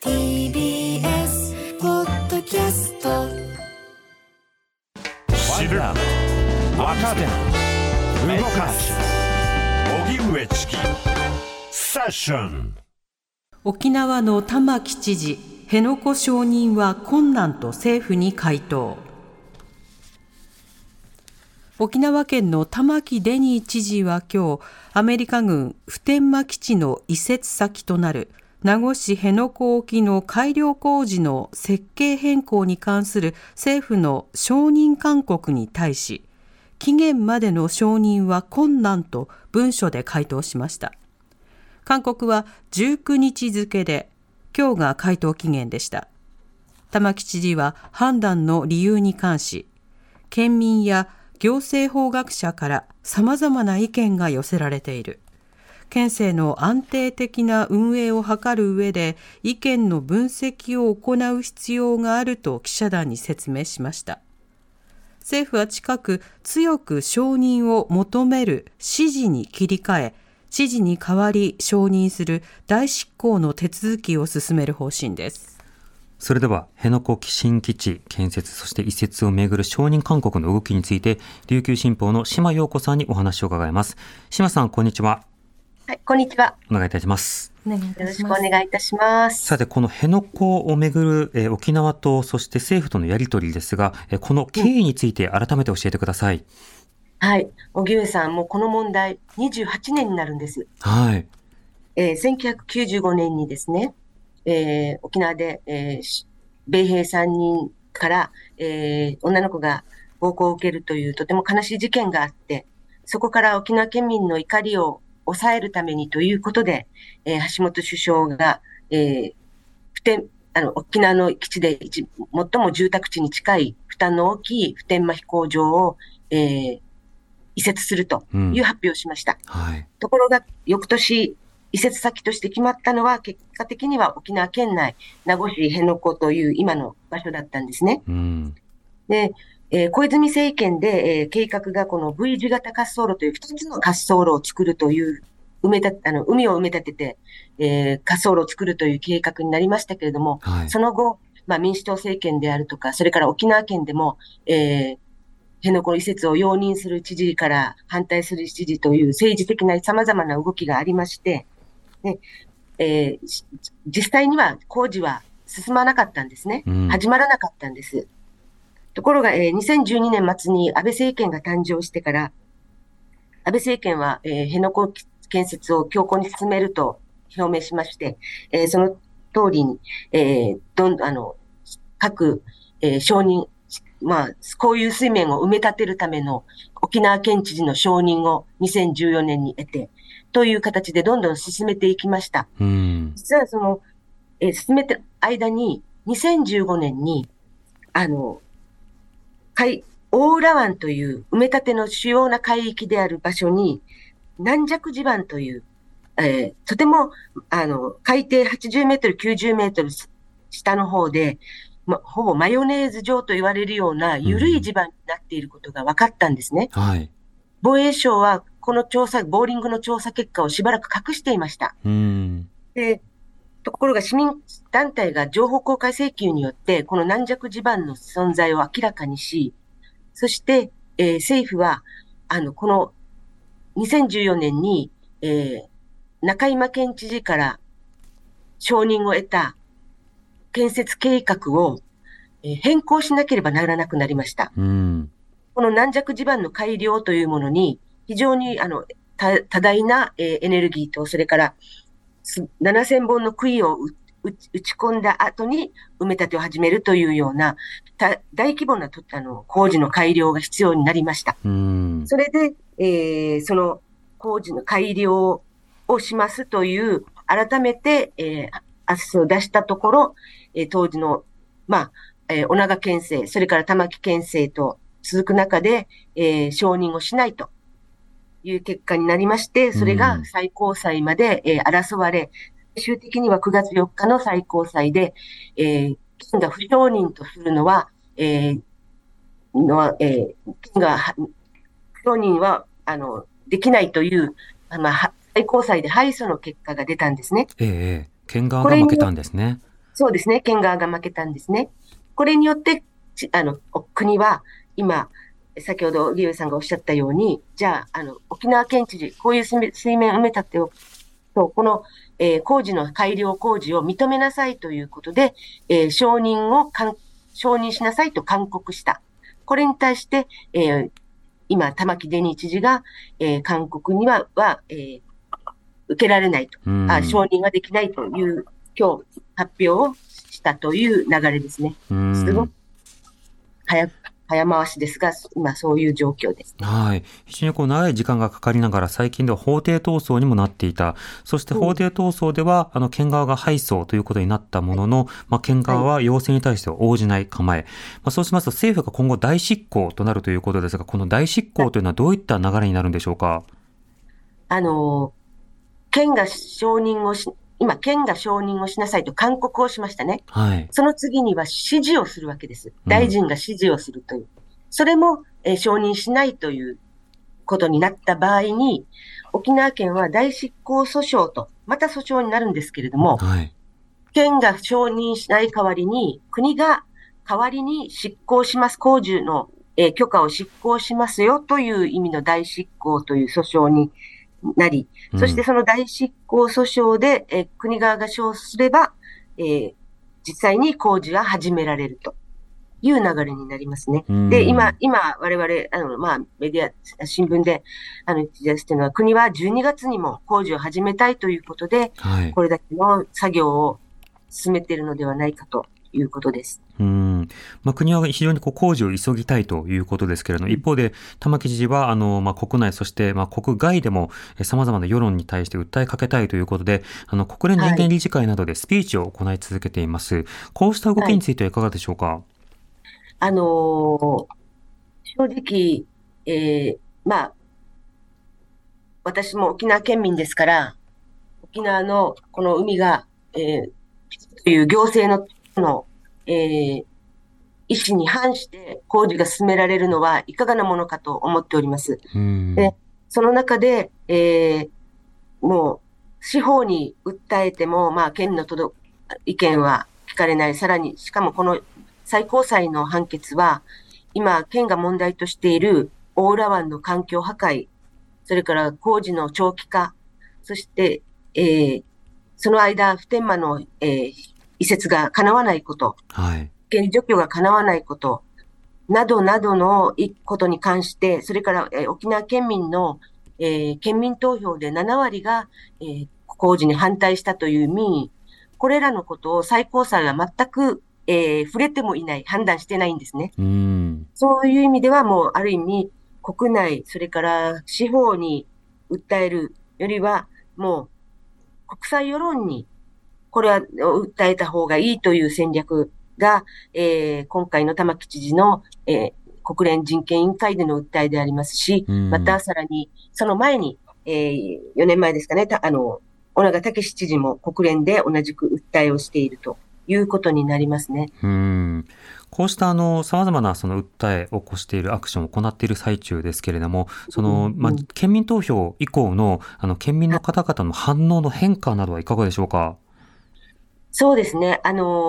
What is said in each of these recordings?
TBS ポッドキャスト。 知る若手動かす荻上チキセッション。 沖縄の玉城知事、辺野古承認は困難と政府に回答。沖縄県の玉城デニー知事は今日、アメリカ軍普天間基地の移設先となる名護市辺野古沖の改良工事の設計変更に関する政府の承認勧告に対し、期限までの承認は困難と文書で回答しました。勧告は19日付で、今日が回答期限でした。玉城知事は判断の理由に関し、県民や行政法学者から様々な意見が寄せられている。県政の安定的な運営を図る上で意見の分析を行う必要があると記者団に説明しました。政府は近く強く承認を求める指示に切り替え、指示に代わり承認する代執行の手続きを進める方針です。 それでは辺野古新基地建設、そして移設をめぐる承認勧告の動きについて、琉球新報の島陽子さんにお話を伺います。島さん、こんにちは。 はい、こんにちは。 お願いいたします。 よろしくお願いいたします。 さて、この辺野古をめぐる、沖縄とそして政府とのやり取りですが、この経緯について改めて教えてください。 はい、荻上さん、もうこの問題28年になるんです。 はい。 1995年にですね、沖縄で、米兵3人から、女の子が暴行を受けるというとても悲しい事件があって、そこから沖縄県民の怒りを抑えるためにということで、橋本首相が、沖縄の基地で最も住宅地に近い負担の大きい普天間飛行場を、移設するという発表をしました。 はい。 ところが翌年、移設先として決まったのは、結果的には沖縄県内、名護市辺野古という今の場所だったんですね。で、小泉政権で、計画がこの V 字型滑走路という2つの滑走路を作るという、海を埋め立てて、滑走路を作るという計画になりましたけれども、 はい、 その後、民主党政権であるとか、それから沖縄県でも、辺野古移設を容認する知事から反対する知事という政治的な様々な動きがありまして、で実際には工事は進まなかったんですね。始まらなかったんです。ところが、2012年末に安倍政権が誕生してから、安倍政権は、辺野古建設を強硬に進めると表明しまして、その通りに、各、承認、こういう水面を埋め立てるための沖縄県知事の承認を2014年に得て、という形でどんどん進めていきました。実はその、進めてる間に、2015年に、大浦湾という埋め立ての主要な海域である場所に、軟弱地盤という、とても、海底80メートル、90メートル下の方で、ほぼマヨネーズ状と言われるような緩い地盤になっていることが分かったんですね。 はい。 防衛省はこのボーリングの調査結果をしばらく隠していました。で、ところが市民団体が情報公開請求によって、この軟弱地盤の存在を明らかにし、そして、政府は、この2014年に、中山県知事から承認を得た建設計画を、変更しなければならなくなりました。この軟弱地盤の改良というものに、非常に多大な、エネルギーと、それから7000本の杭を打ち込んだ後に埋め立てを始めるというような大規模な工事の改良が必要になりました。それで、その工事の改良をしますという、改めて、アスを出したところ、当時の、小長県政、それから玉城県政と続く中で、承認をしないという結果になりまして、それが最高裁まで、争われ、最終的には9月4日の最高裁で、県が不承認とするのは、県が不承認はできないという、最高裁で敗訴の結果が出たんですね。 県側が負けたんですね。 そうですね。県側が負けたんですね。これによって、国は今、先ほど荻上さんがおっしゃったように、じゃあ、沖縄県知事、こういう水面埋め立てを、この、工事の改良工事を認めなさいということで、承認しなさいと勧告した。これに対して、今、玉城デニー知事が、勧告には、受けられないと、承認ができないという、今日発表をしたという流れですね。すごく早回しですが、今そういう状況です。 はい。非常に長い時間がかかりながら、最近では法廷闘争にもなっていた。そして法廷闘争では、県側が敗訴ということになったものの、県側は要請に対しては応じない構え。そうしますと、政府が今後大執行となるということですが、この大執行というのはどういった流れになるんでしょうか。 県が承認をしなさいと勧告をしましたね。 はい。 その次には指示をするわけです。大臣が指示をするという。それも、承認しないということになった場合に、沖縄県は大執行訴訟と、また訴訟になるんですけれども、 はい、 県が承認しない代わりに、国が代わりに執行します、工事の、許可を執行しますよという意味の大執行という訴訟になり、そしてその大執行訴訟で、国側が勝訴すれば、実際に工事が始められるという流れになりますね。で、今、我々、メディア、新聞で、言っているのは、国は12月にも工事を始めたいということで、 はい、 これだけの作業を進めているのではないかということです。 国は非常に工事を急ぎたいということですけれども、一方で玉城知事は国内そして国外でも様々な世論に対して訴えかけたいということで、国連人権理事会などでスピーチを行い続けています。こうした動きについてはいかがでしょうか。 正直、私も沖縄県民ですから、沖縄のこの海が、という行政の意思に反して工事が進められるのはいかがなものかと思っております。で、その中で、もう司法に訴えても、県の意見は聞かれない。さらに、しかもこの最高裁の判決は、今、県が問題としている大浦湾の環境破壊、それから工事の長期化、そして、その間、普天間の、移設が叶わないこと、県除去が叶わないこと、などなどのことに関して、それから、沖縄県民の、県民投票で7割が、工事に反対したという民意、これらのことを最高裁は全く、触れてもいない、判断してないんですね。そういう意味ではもうある意味国内、それから司法に訴えるよりはもう国際世論にこれは訴えた方がいいという戦略が、今回の玉城知事の、国連人権委員会での訴えでありますし、またさらにその前に、4年前ですかね、小長武史知事も国連で同じく訴えをしているということになりますね。 こうした様々なその訴えを起こしているアクションを行っている最中ですけれども、県民投票以降の県民の方々の反応の変化などはいかがでしょうか。 そうですね。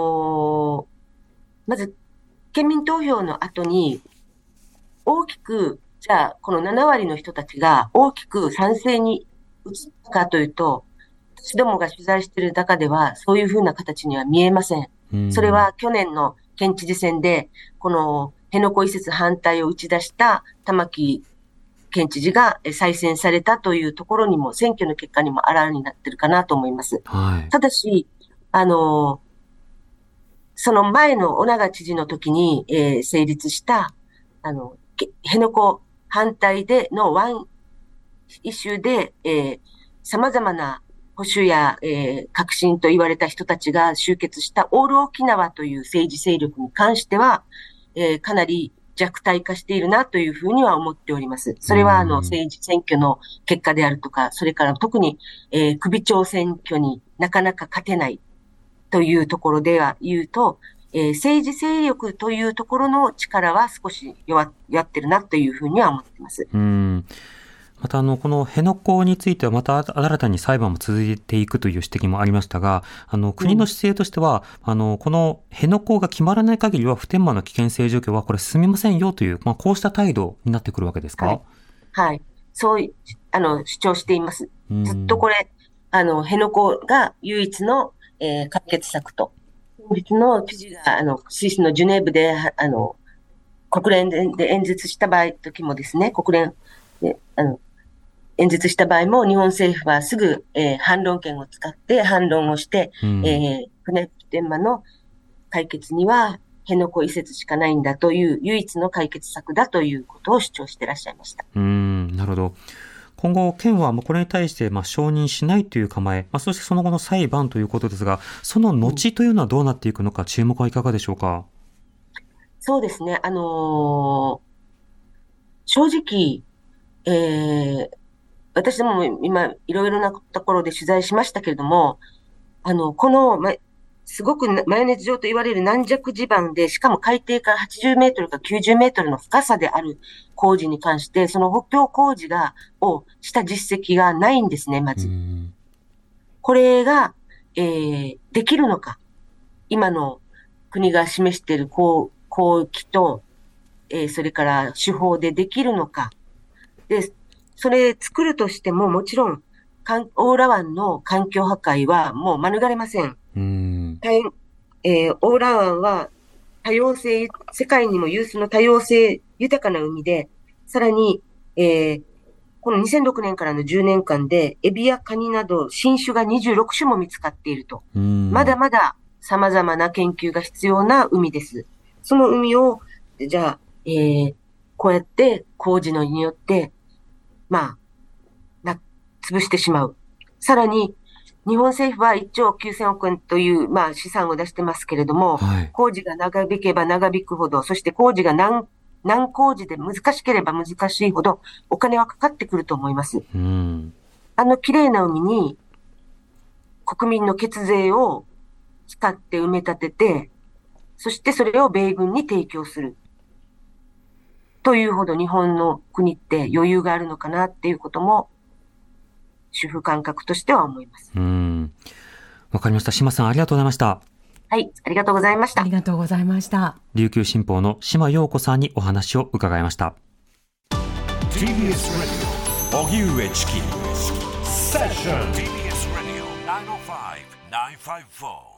まず県民投票の後に大きくじゃあこの7割の人たちが大きく賛成に移ったかというと、私どもが取材している中ではそういうふうな形には見えません。それは去年の県知事選でこの辺野古移設反対を打ち出した玉城県知事が再選されたというところにも、選挙の結果にもあらわになっているかなと思います。ただし、その前の小長知事の時に、成立した辺野古反対でのワンイシューで、様々な保守や、革新と言われた人たちが集結したオール沖縄という政治勢力に関しては、かなり弱体化しているなというふうには思っております。それは政治選挙の結果であるとか、それから特に、首長選挙になかなか勝てないというところでは言うと、政治勢力というところの力は少し弱ってるなというふうには思っています。 またこの辺野古についてはまた新たに裁判も続いていくという指摘もありましたが、国の姿勢としては、この辺野古が決まらない限りは普天間の危険性除去はこれ進みませんよという、こうした態度になってくるわけですか？ はい。はい、そう主張しています。ずっとこれ、辺野古が唯一の、解決策と。先日の知事が、スイスのジュネーブで、国連で演説した時もですね、国連で、演説した場合も、日本政府はすぐ、反論権を使って反論をして、普天間の解決には、辺野古移設しかないんだという唯一の解決策だということを主張していらっしゃいました。 なるほど。今後、県はこれに対して承認しないという構え、そしてその後の裁判ということですが、その後というのはどうなっていくのか、注目はいかがでしょうか？ そうですね。正直、私ども今、いろいろなところで取材しましたけれども、この、すごくマヨネーズ状と言われる軟弱地盤で、しかも海底から80メートルか90メートルの深さである工事に関して、その補強工事をした実績がないんですね、まず。これが、できるのか。今の国が示している工期と、それから手法でできるのか。で、それ作るとしても、もちろん、大浦湾の環境破壊はもう免れません。大浦湾は多様性、世界にも有数の多様性豊かな海で、さらに、この2006年からの10年間で、エビやカニなど新種が26種も見つかっていると。まだまだ様々な研究が必要な海です。その海を、じゃあ、こうやって工事によって、潰してしまう。さらに、日本政府は1兆9000億円という、試算を出してますけれども、工事が長引けば長引くほど、そして工事が難工事で難しければ難しいほど、お金はかかってくると思います。綺麗な海に、国民の血税を使って埋め立てて、そしてそれを米軍に提供する。というほど日本の国って余裕があるのかなっていうことも、主婦感覚としては思います。 わかりました。島さん、ありがとうございました。 はい、ありがとうございました。 ありがとうございました。 琉球新報の島陽子さんにお話を伺いました。 TBS Radio 荻上チキセッション TBS Radio 905-954